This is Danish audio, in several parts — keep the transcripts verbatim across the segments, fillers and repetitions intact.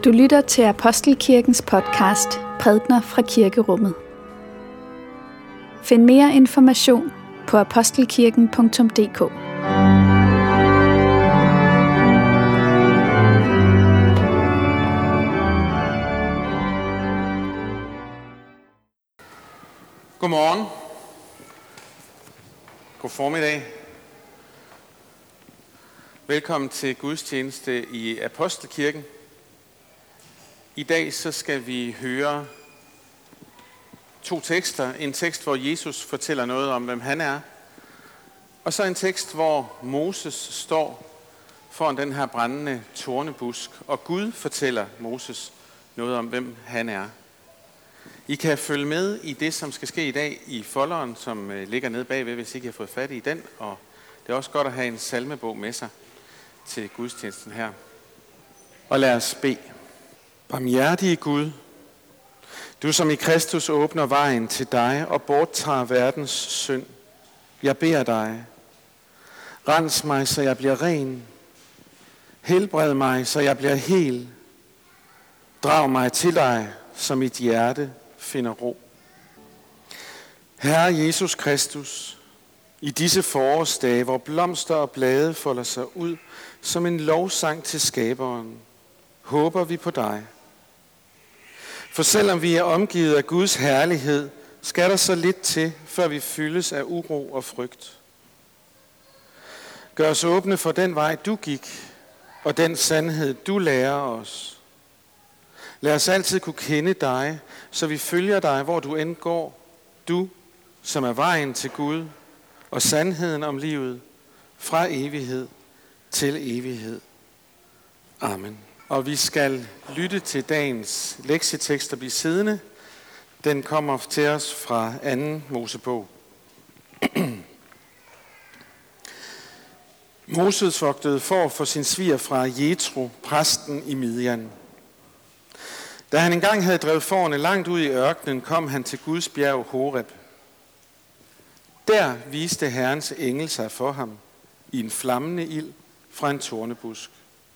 Du lytter til Apostelkirkens podcast Prædner fra Kirkerummet. Find mere information på apostelkirken punktum d k. Godmorgen. God formiddag. Velkommen til gudstjeneste i Apostelkirken. I dag så skal vi høre to tekster. En tekst, hvor Jesus fortæller noget om, hvem han er. Og så en tekst, hvor Moses står foran den her brændende tornebusk. Og Gud fortæller Moses noget om, hvem han er. I kan følge med i det, som skal ske i dag i folderen, som ligger nede bagved, hvis I ikke har fået fat i den. Og det er også godt at have en salmebog med sig til gudstjenesten her. Og lad os bede. Barmhjertige Gud, du som i Kristus åbner vejen til dig og borttager verdens synd. Jeg beder dig, rens mig, så jeg bliver ren. Helbred mig, så jeg bliver hel. Drag mig til dig, så mit hjerte finder ro. Herre Jesus Kristus, i disse forårsdage, hvor blomster og blade folder sig ud som en lovsang til skaberen, håber vi på dig. For selvom vi er omgivet af Guds herlighed, skal der så lidt til, før vi fyldes af uro og frygt. Gør os åbne for den vej, du gik, og den sandhed, du lærer os. Lad os altid kunne kende dig, så vi følger dig, hvor du end går. Du, som er vejen til Gud, og sandheden om livet, fra evighed til evighed. Amen. Og vi skal lytte til dagens lektietekst og blive siddende. Den kommer til os fra anden Mosebog. Moses vogtede får for sin svigerfar Jetro, præsten i Midian. Da han engang havde drevet fårene langt ud i ørkenen, kom han til Guds bjerg Horeb. Der viste Herrens engel sig for ham i en flammende ild fra en tornebusk.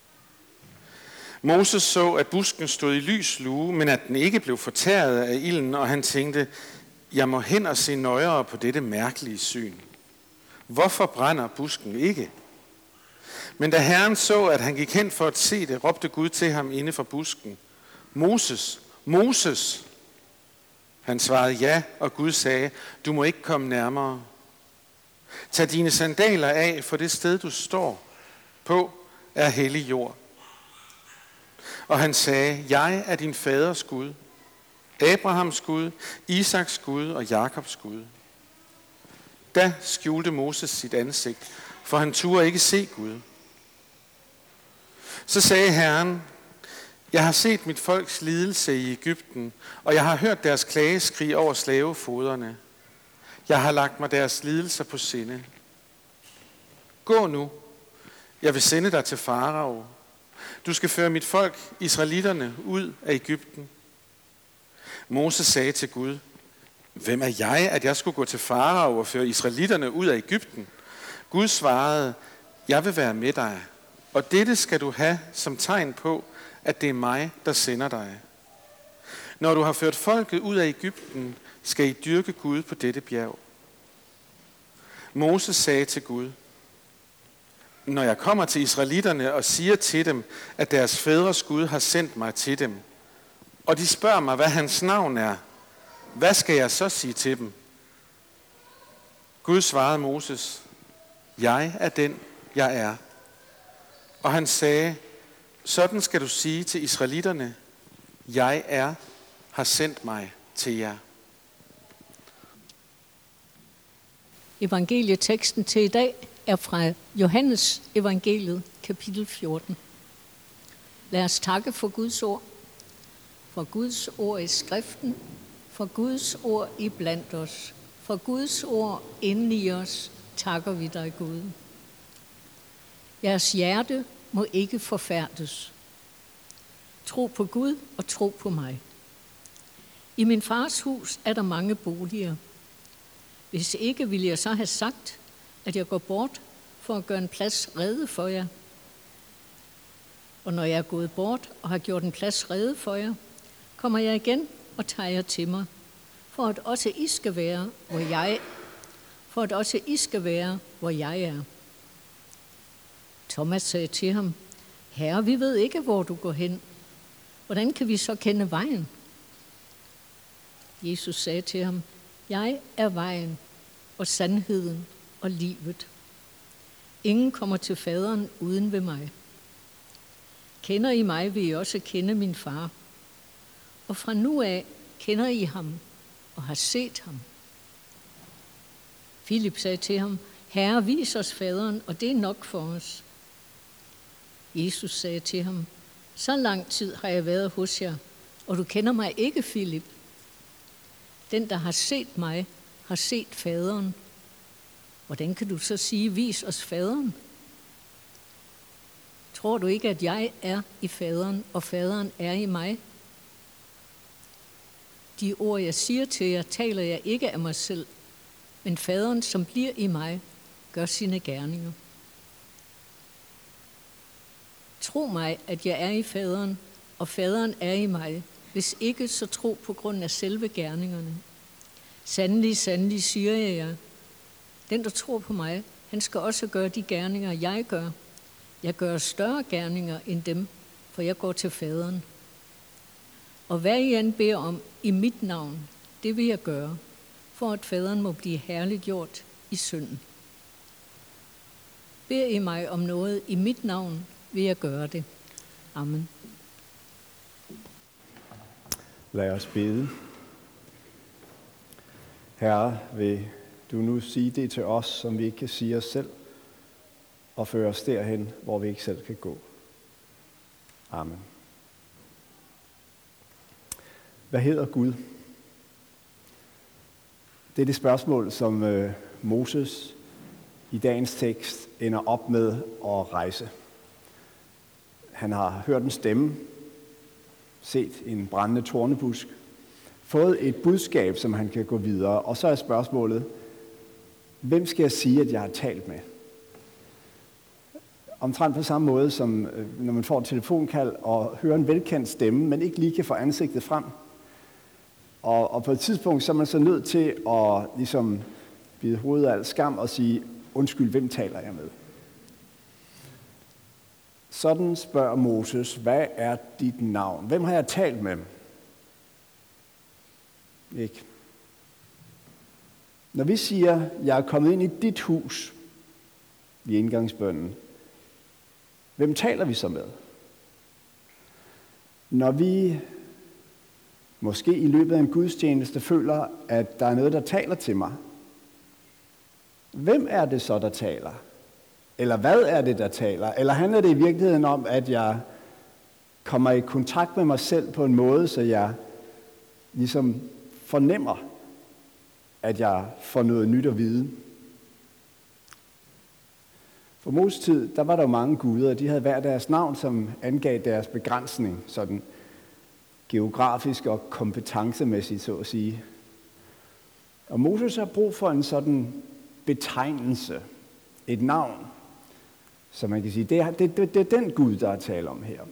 Moses så, at busken stod i lys lue, men at den ikke blev fortæret af ilden, og han tænkte, jeg må hen og se nøjere på dette mærkelige syn. Hvorfor brænder busken ikke? Men da Herren så, at han gik hen for at se det, råbte Gud til ham inde fra busken, Moses, Moses! Han svarede ja, og Gud sagde, du må ikke komme nærmere. Tag dine sandaler af, for det sted, du står på, er hellig jord. Og han sagde, jeg er din faders Gud, Abrahams Gud, Isaks Gud og Jakobs Gud. Da skjulte Moses sit ansigt, for han turde ikke se Gud. Så sagde Herren, jeg har set mit folks lidelse i Egypten, og jeg har hørt deres klageskrig over slavefoderne. Jeg har lagt mig deres lidelser på sinde. Gå nu, jeg vil sende dig til farao. Du skal føre mit folk, israelitterne, ud af Egypten. Moses sagde til Gud, hvem er jeg, at jeg skulle gå til farao og føre israelitterne ud af Egypten? Gud svarede, jeg vil være med dig, og dette skal du have som tegn på, at det er mig, der sender dig. Når du har ført folket ud af Egypten, skal I dyrke Gud på dette bjerg. Moses sagde til Gud, når jeg kommer til israelitterne og siger til dem, at deres fædres Gud har sendt mig til dem, og de spørger mig, hvad hans navn er, hvad skal jeg så sige til dem? Gud svarede Moses, jeg er den, jeg er. Og han sagde, sådan skal du sige til israelitterne, jeg er, har sendt mig til jer. Evangelieteksten til i dag er fra Johannes evangeliet, kapitel fjorten. Lad os takke for Guds ord, for Guds ord i skriften, for Guds ord i blandt os, for Guds ord inden i os, takker vi dig, Gud. Jeres hjerte må ikke forfærdes. Tro på Gud og tro på mig. I min fars hus er der mange boliger. Hvis ikke, ville jeg så have sagt, at jeg går bort for at gøre en plads rede for jer. Og når jeg er gået bort og har gjort en plads rede for jer, kommer jeg igen og tager jer til mig, for at også I skal være, hvor jeg for at også I skal være, hvor jeg er. Thomas sagde til ham, Herre, vi ved ikke, hvor du går hen. Hvordan kan vi så kende vejen? Jesus sagde til ham, jeg er vejen og sandheden og livet. Ingen kommer til faderen uden ved mig. Kender I mig, vil I også kende min far. Og fra nu af kender I ham og har set ham. Filip sagde til ham, Herre, vis os faderen, og det er nok for os. Jesus sagde til ham, så lang tid har jeg været hos jer, og du kender mig ikke, Filip. Den, der har set mig, har set faderen. Hvordan kan du så sige, vis os faderen? Tror du ikke, at jeg er i faderen, og faderen er i mig? De ord, jeg siger til jer, taler jeg ikke af mig selv, men faderen, som bliver i mig, gør sine gerninger. Tro mig, at jeg er i faderen, og faderen er i mig. Hvis ikke, så tro på grund af selve gerningerne. Sandelig, sandelig, siger jeg jer. Den, der tror på mig, han skal også gøre de gerninger, jeg gør. Jeg gør større gerninger end dem, for jeg går til faderen. Og hvad I end beder om i mit navn, det vil jeg gøre, for at faderen må blive herliggjort i synden. Beder I mig om noget i mit navn, vil jeg gøre det. Amen. Lad os bede. Herre, vil du nu sige det til os, som vi ikke kan sige os selv, og føre os derhen, hvor vi ikke selv kan gå. Amen. Hvad hedder Gud? Det er det spørgsmål, som øh, Moses i dagens tekst ender op med at rejse. Han har hørt en stemme, set en brændende tornebusk, fået et budskab, som han kan gå videre, og så er spørgsmålet, hvem skal jeg sige, at jeg har talt med? Omtrent på samme måde, som når man får et telefonkald og hører en velkendt stemme, men ikke lige kan få ansigtet frem. Og, og på et tidspunkt, så er man så nødt til at ligesom bide hovedet af al skam og sige, undskyld, hvem taler jeg med? Sådan spørger Moses, hvad er dit navn? Hvem har jeg talt med? Ikke. Når vi siger, jeg er kommet ind i dit hus i indgangsbønnen, hvem taler vi så med? Når vi måske i løbet af en gudstjeneste føler, at der er noget, der taler til mig, hvem er det så, der taler? Eller hvad er det, der taler? Eller handler det i virkeligheden om, at jeg kommer i kontakt med mig selv på en måde, så jeg ligesom fornemmer, at jeg får noget nyt at vide? For Moses tid, der var der jo mange guder, og de havde hver deres navn, som angav deres begrænsning, sådan geografisk og kompetencemæssigt, så at sige. Og Moses har brug for en sådan betegnelse, et navn, så man kan sige, det er, det, det, det er den Gud, der er tale om her.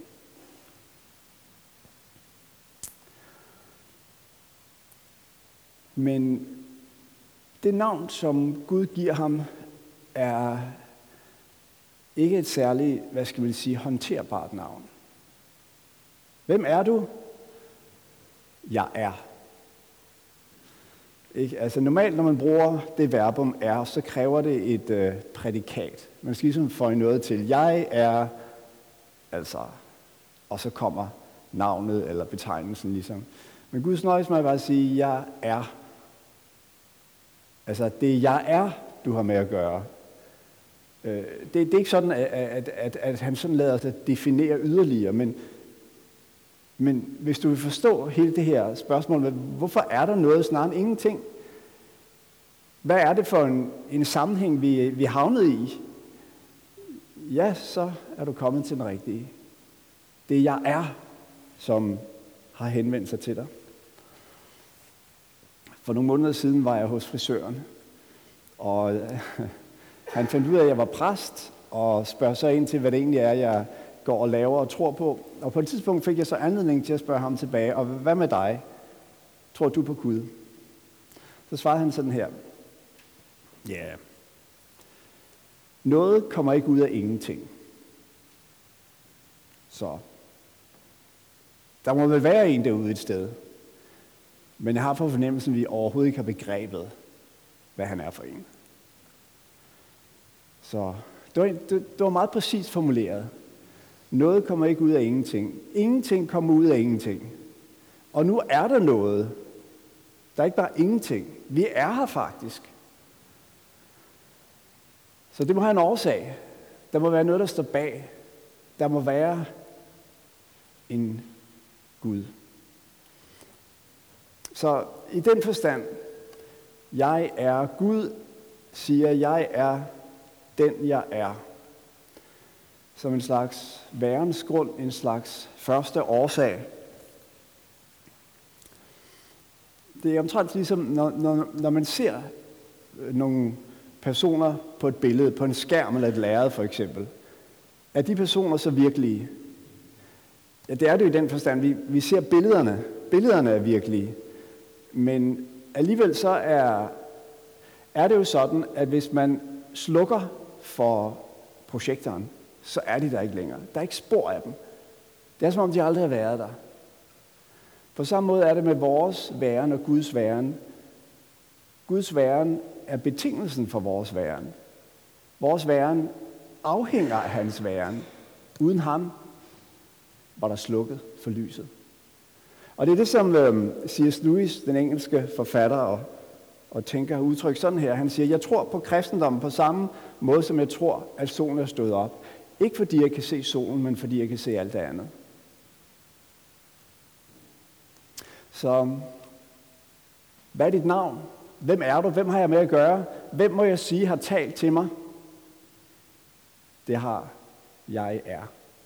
Men det navn, som Gud giver ham, er ikke et særligt, hvad skal man sige, håndterbart navn. Hvem er du? Jeg er. Ikke? Altså normalt, når man bruger det verbum er, så kræver det et øh, prædikat. Man skal ligesom få noget til. Jeg er, altså, og så kommer navnet eller betegnelsen ligesom. Men Gud nøjes mig bare at sige, jeg er. Altså det jeg er, du har med at gøre. Øh, det, det er ikke sådan, at, at, at, at han sådan lader sig definere yderligere, men Men hvis du vil forstå hele det her spørgsmål med, hvorfor er der noget snarere end ingenting? Hvad er det for en, en sammenhæng, vi, vi havnet i? Ja, så er du kommet til den rigtige. Det jeg er, som har henvendt sig til dig. For nogle måneder siden var jeg hos frisøren, og han fandt ud af, at jeg var præst, og spørger så ind til, hvad det egentlig er, jeg går og laver og tror på. Og på et tidspunkt fik jeg så anledning til at spørge ham tilbage, og hvad med dig? Tror du på Gud? Så svarede han sådan her. Ja, yeah. Noget kommer ikke ud af ingenting. Så der må vel være en derude et sted. Men jeg har på fornemmelsen, at vi overhovedet ikke har begrebet, hvad han er for en. Så det var, det, det var meget præcist formuleret. Noget kommer ikke ud af ingenting. Ingenting kommer ud af ingenting. Og nu er der noget. Der er ikke bare ingenting. Vi er her faktisk. Så det må have en årsag. Der må være noget, der står bag. Der må være en Gud. Så i den forstand, jeg er Gud, siger jeg er den, jeg er. Som en slags værens grund, en slags første årsag. Det er omtrent ligesom, når, når, når man ser nogle personer på et billede, på en skærm eller et lærred for eksempel. Er de personer så virkelige? Ja, det er det jo i den forstand. Vi, vi ser billederne. Billederne er virkelige. Men alligevel så er, er det jo sådan, at hvis man slukker for projektoren, så er de der ikke længere. Der er ikke spor af dem. Det er som om, de aldrig har været der. På samme måde er det med vores væren og Guds væren. Guds væren er betingelsen for vores væren. Vores væren afhænger af hans væren. Uden ham var der slukket for lyset. Og det er det, som øh, C S Lewis, den engelske forfatter og, og tænker, har udtrykt sådan her. Han siger, jeg tror på kristendommen på samme måde, som jeg tror, at solen er stået op. Ikke fordi jeg kan se solen, men fordi jeg kan se alt det andet. Så hvad er dit navn? Hvem er du? Hvem har jeg med at gøre? Hvem må jeg sige har talt til mig? Det har jeg er.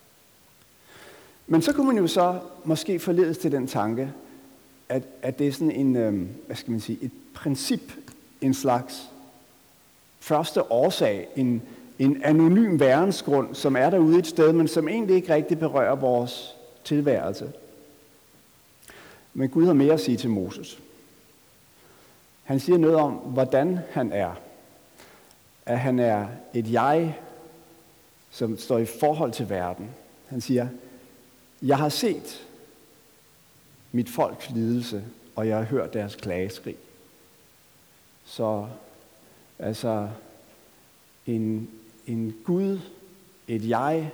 Men så kunne man jo så måske forledes til den tanke, at, at det er sådan en, øh, hvad skal man sige, et princip, en slags første årsag, en, en anonym værensgrund, som er derude et sted, men som egentlig ikke rigtig berører vores tilværelse. Men Gud har mere at sige til Moses. Han siger noget om, hvordan han er. At han er et jeg, som står i forhold til verden. Han siger, jeg har set mit folks lidelse, og jeg har hørt deres klageskrig. Så altså en, en Gud, et jeg,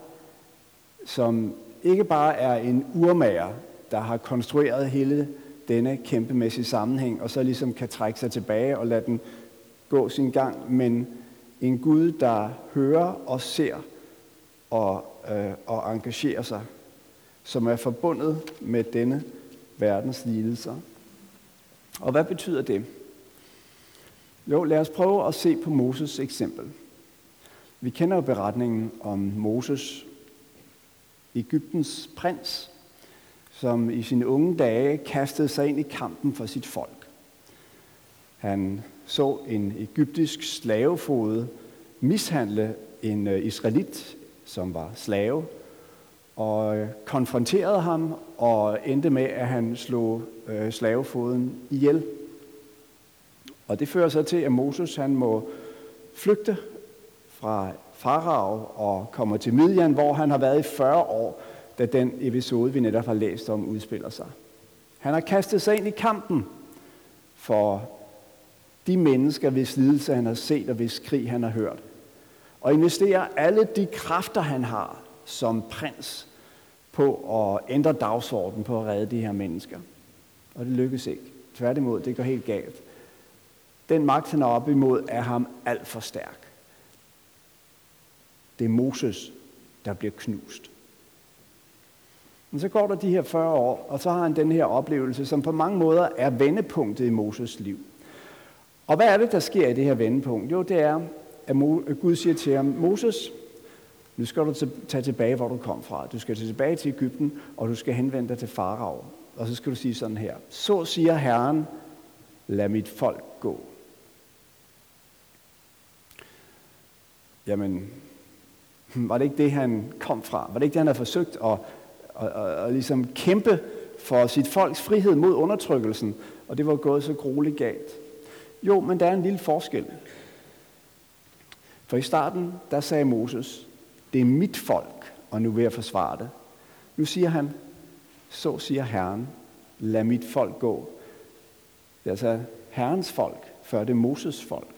som ikke bare er en urmager, der har konstrueret hele denne kæmpemæssige sammenhæng, og så ligesom kan trække sig tilbage og lade den gå sin gang, men en Gud, der hører og ser og, øh, og engagerer sig, som er forbundet med denne verdens lidelser. Og hvad betyder det? Jo, lad os prøve at se på Moses eksempel. Vi kender jo beretningen om Moses, Egyptens prins, som i sine unge dage kastede sig ind i kampen for sit folk. Han så en egyptisk slavefoged mishandle en israelit, som var slave, og konfronterede ham og endte med, at han slog øh, slavefoden ihjel. Og det fører så til, at Moses han må flygte fra Farao og kommer til Midian, hvor han har været i fyrre år, da den episode, vi netop har læst om, udspiller sig. Han har kastet sig ind i kampen for de mennesker, hvis lidelse han har set og hvis krig han har hørt. Og investerer alle de kræfter, han har som prins, på at ændre dagsordenen, på at redde de her mennesker. Og det lykkes ikke. Tværtimod, det går helt galt. Den magt, han er op imod, er ham alt for stærk. Det er Moses, der bliver knust. Men så går der de her fyrre år, og så har han den her oplevelse, som på mange måder er vendepunktet i Moses liv. Og hvad er det, der sker i det her vendepunkt? Jo, det er, at Gud siger til ham, Moses, nu skal du tage tilbage, hvor du kom fra. Du skal tage tilbage til Egypten, og du skal henvende dig til Farao. Og så skal du sige sådan her. Så siger Herren, lad mit folk gå. Jamen, Var det ikke det, han kom fra? Var det ikke det, han havde forsøgt at, at, at, at ligesom kæmpe for sit folks frihed mod undertrykkelsen? Og det var gået så grueligt galt. Jo, men der er en lille forskel. For i starten, der sagde Moses, det er mit folk, og nu vil jeg forsvare det. Nu siger han, så siger Herren, lad mit folk gå. Det er altså Herrens folk, før det er Moses folk.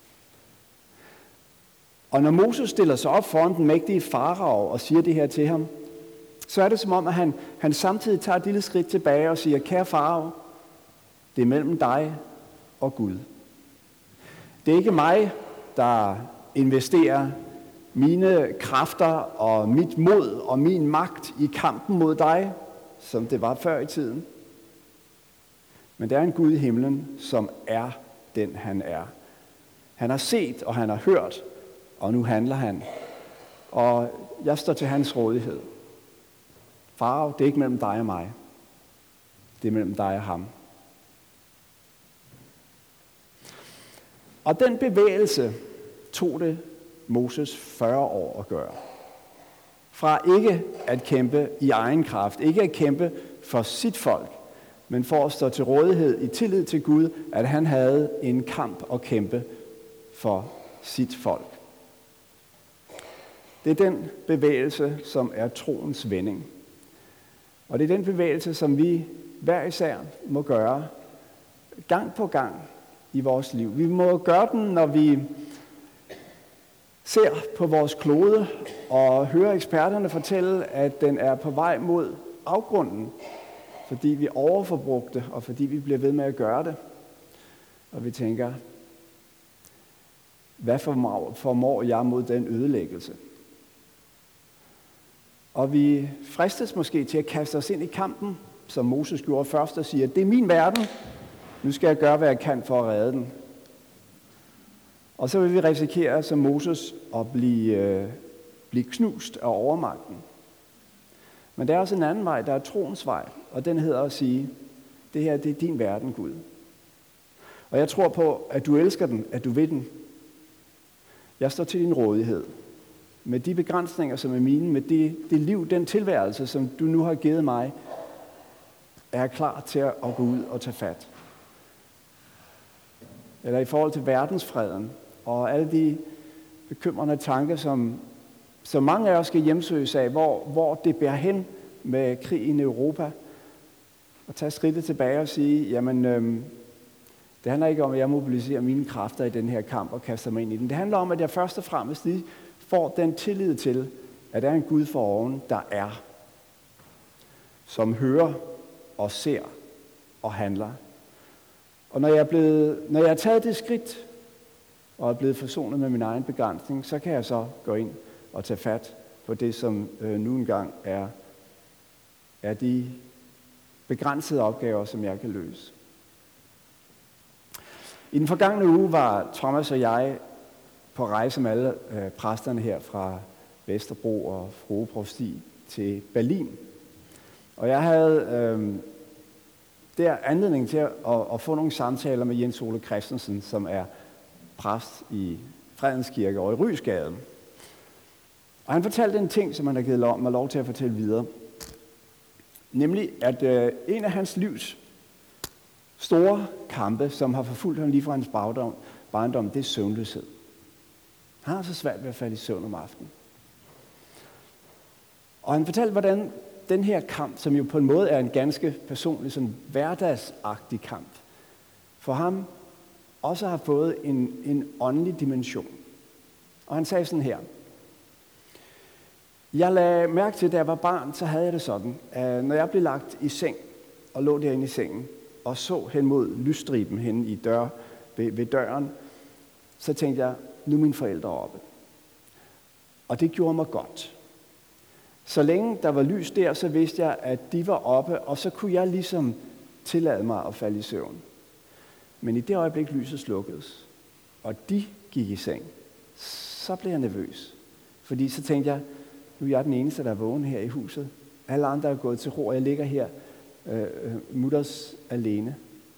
Og når Moses stiller sig op foran den mægtige farao og siger det her til ham, så er det som om, at han, han samtidig tager et lille skridt tilbage og siger, kære farao, det er mellem dig og Gud. Det er ikke mig, der investerer mine kræfter og mit mod og min magt i kampen mod dig, som det var før i tiden. Men det er en Gud i himlen, som er den, han er. Han har set, og han har hørt, og nu handler han. Og jeg står til hans rådighed. Farao, det er ikke mellem dig og mig. Det er mellem dig og ham. Og den bevægelse tog det Moses fyrre år at gøre. Fra ikke at kæmpe i egen kraft, ikke at kæmpe for sit folk, men for at stå til rådighed i tillid til Gud, at han havde en kamp at kæmpe for sit folk. Det er den bevægelse, som er troens vending. Og det er den bevægelse, som vi hver især må gøre gang på gang i vores liv. Vi må gøre den, når vi ser på vores klode og hører eksperterne fortælle, at den er på vej mod afgrunden, fordi vi overforbrugte, og fordi vi bliver ved med at gøre det. Og vi tænker, hvad formår jeg mod den ødelæggelse? Og vi fristes måske til at kaste os ind i kampen, som Moses gjorde først, og siger, det er min verden, nu skal jeg gøre, hvad jeg kan for at redde den. Og så vil vi risikere, som Moses, at blive, øh, blive knust af overmagten. Men der er også en anden vej, der er troens vej, og den hedder at sige, det her, det er din verden, Gud. Og jeg tror på, at du elsker den, at du vil den. Jeg står til din rådighed. Med de begrænsninger, som er mine, med det, det liv, den tilværelse, som du nu har givet mig, er jeg klar til at gå ud og tage fat. Eller i forhold til verdensfreden, og alle de bekymrende tanker, som, som mange af os skal hjemsøges af, hvor, hvor det bærer hen med krigen i Europa, og tage skridtet tilbage og sige, jamen, øhm, det handler ikke om, at jeg mobiliserer mine kræfter i den her kamp og kaster mig ind i den. Det handler om, at jeg først og fremmest lige får den tillid til, at der er en Gud for oven, der er, som hører og ser og handler. Og når jeg er blevet, når jeg har taget det skridt, og er blevet forsonet med min egen begrænsning, så kan jeg så gå ind og tage fat på det, som øh, nu engang er, er de begrænsede opgaver, som jeg kan løse. I den forgangne uge var Thomas og jeg på rejse med alle øh, præsterne her fra Vesterbro og Frue Provsti til Berlin. Og jeg havde øh, der anledning til at, at, at få nogle samtaler med Jens Ole Christensen, som er præst i Fredens Kirke og i Rysgaden. Og han fortalte en ting, som han har givet lov, mig lov til at fortælle videre. Nemlig, at øh, en af hans livs store kampe, som har forfulgt ham lige fra hans bagdom, barndom, det er søvnløshed. Han har så svært ved at falde i søvn om aftenen. Og han fortalte, hvordan den her kamp, som jo på en måde er en ganske personlig, sådan hverdagsagtig kamp, for ham også har fået en, en åndelig dimension. Og han sagde sådan her: jeg lagde mærke til, da jeg var barn, så havde jeg det sådan, at når jeg blev lagt i seng og lå derinde i sengen og så hen mod lysstriben hen i dør, ved, ved døren, så tænkte jeg, nu er mine forældre oppe. Og det gjorde mig godt. Så længe der var lys der, så vidste jeg, at de var oppe, og så kunne jeg ligesom tillade mig at falde i søvn. Men i det øjeblik, lyset slukkedes, og de gik i seng, så blev jeg nervøs. Fordi så tænkte jeg, nu er jeg den eneste, der er vågen her i huset. Alle andre er gået til ro, og jeg ligger her øh, mutters alene.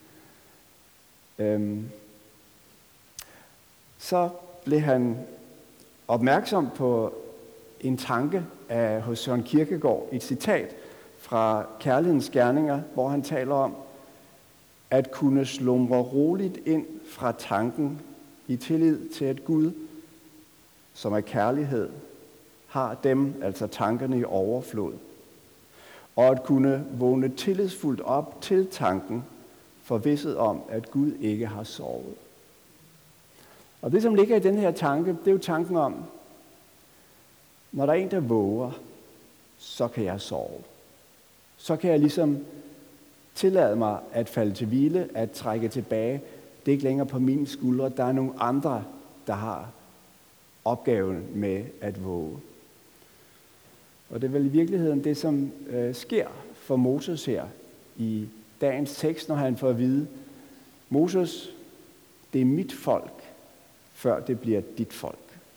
Øhm. Så blev han opmærksom på en tanke af, hos Søren Kierkegaard, et citat fra Kærlighedens Gerninger, hvor han taler om at kunne slumre roligt ind fra tanken i tillid til, at Gud, som er kærlighed, har dem, altså tankerne, i overflod. Og at kunne vågne tillidsfuldt op til tanken, forvisset om, at Gud ikke har sovet. Og det, som ligger i den her tanke, det er jo tanken om, når der er en, der våger, så kan jeg sove. Så kan jeg ligesom tillade mig at falde til hvile, at trække tilbage. Det er ikke længere på mine skuldre. Der er nogle andre, der har opgaven med at våge. Og det er vel i virkeligheden det, som øh, sker for Moses her i dagens tekst, når han får at vide, Moses, det er mit folk, før det bliver dit folk.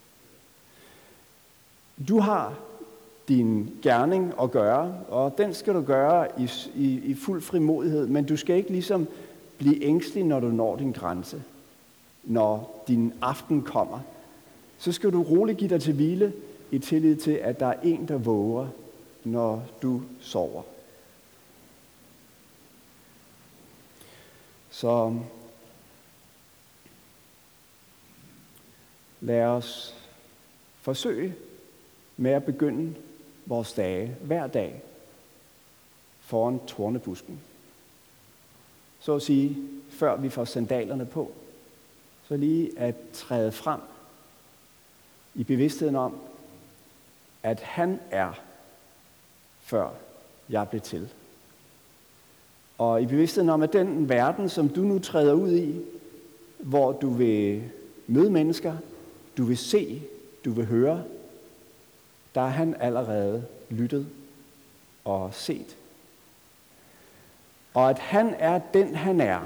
Du har din gerning at gøre, og den skal du gøre i, i, i fuld frimodighed, men du skal ikke ligesom blive ængstelig, når du når din grænse, når din aften kommer. Så skal du roligt give dig til hvile i tillid til, at der er en, der våger, når du sover. Så lad os forsøge med at begynde vores dage, hver dag, foran tornebusken. Så at sige, før vi får sandalerne på, så lige at træde frem i bevidstheden om, at han er, før jeg blev til. Og i bevidstheden om, at den verden, som du nu træder ud i, hvor du vil møde mennesker, du vil se, du vil høre, der er han allerede lyttet og set. Og at han er den, han er.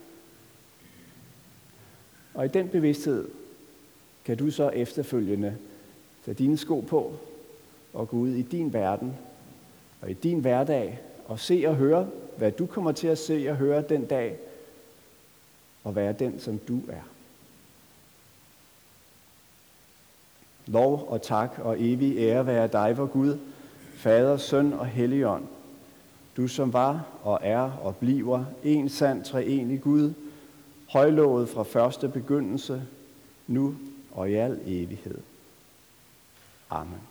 Og i den bevidsthed kan du så efterfølgende tage dine sko på og gå ud i din verden og i din hverdag og se og høre, hvad du kommer til at se og høre den dag, og være den, som du er. Lov og tak og evig ære være dig, vor Gud, Fader, Søn og Helligånd. Du som var og er og bliver en sand treenig Gud, højlovet fra første begyndelse, nu og i al evighed. Amen.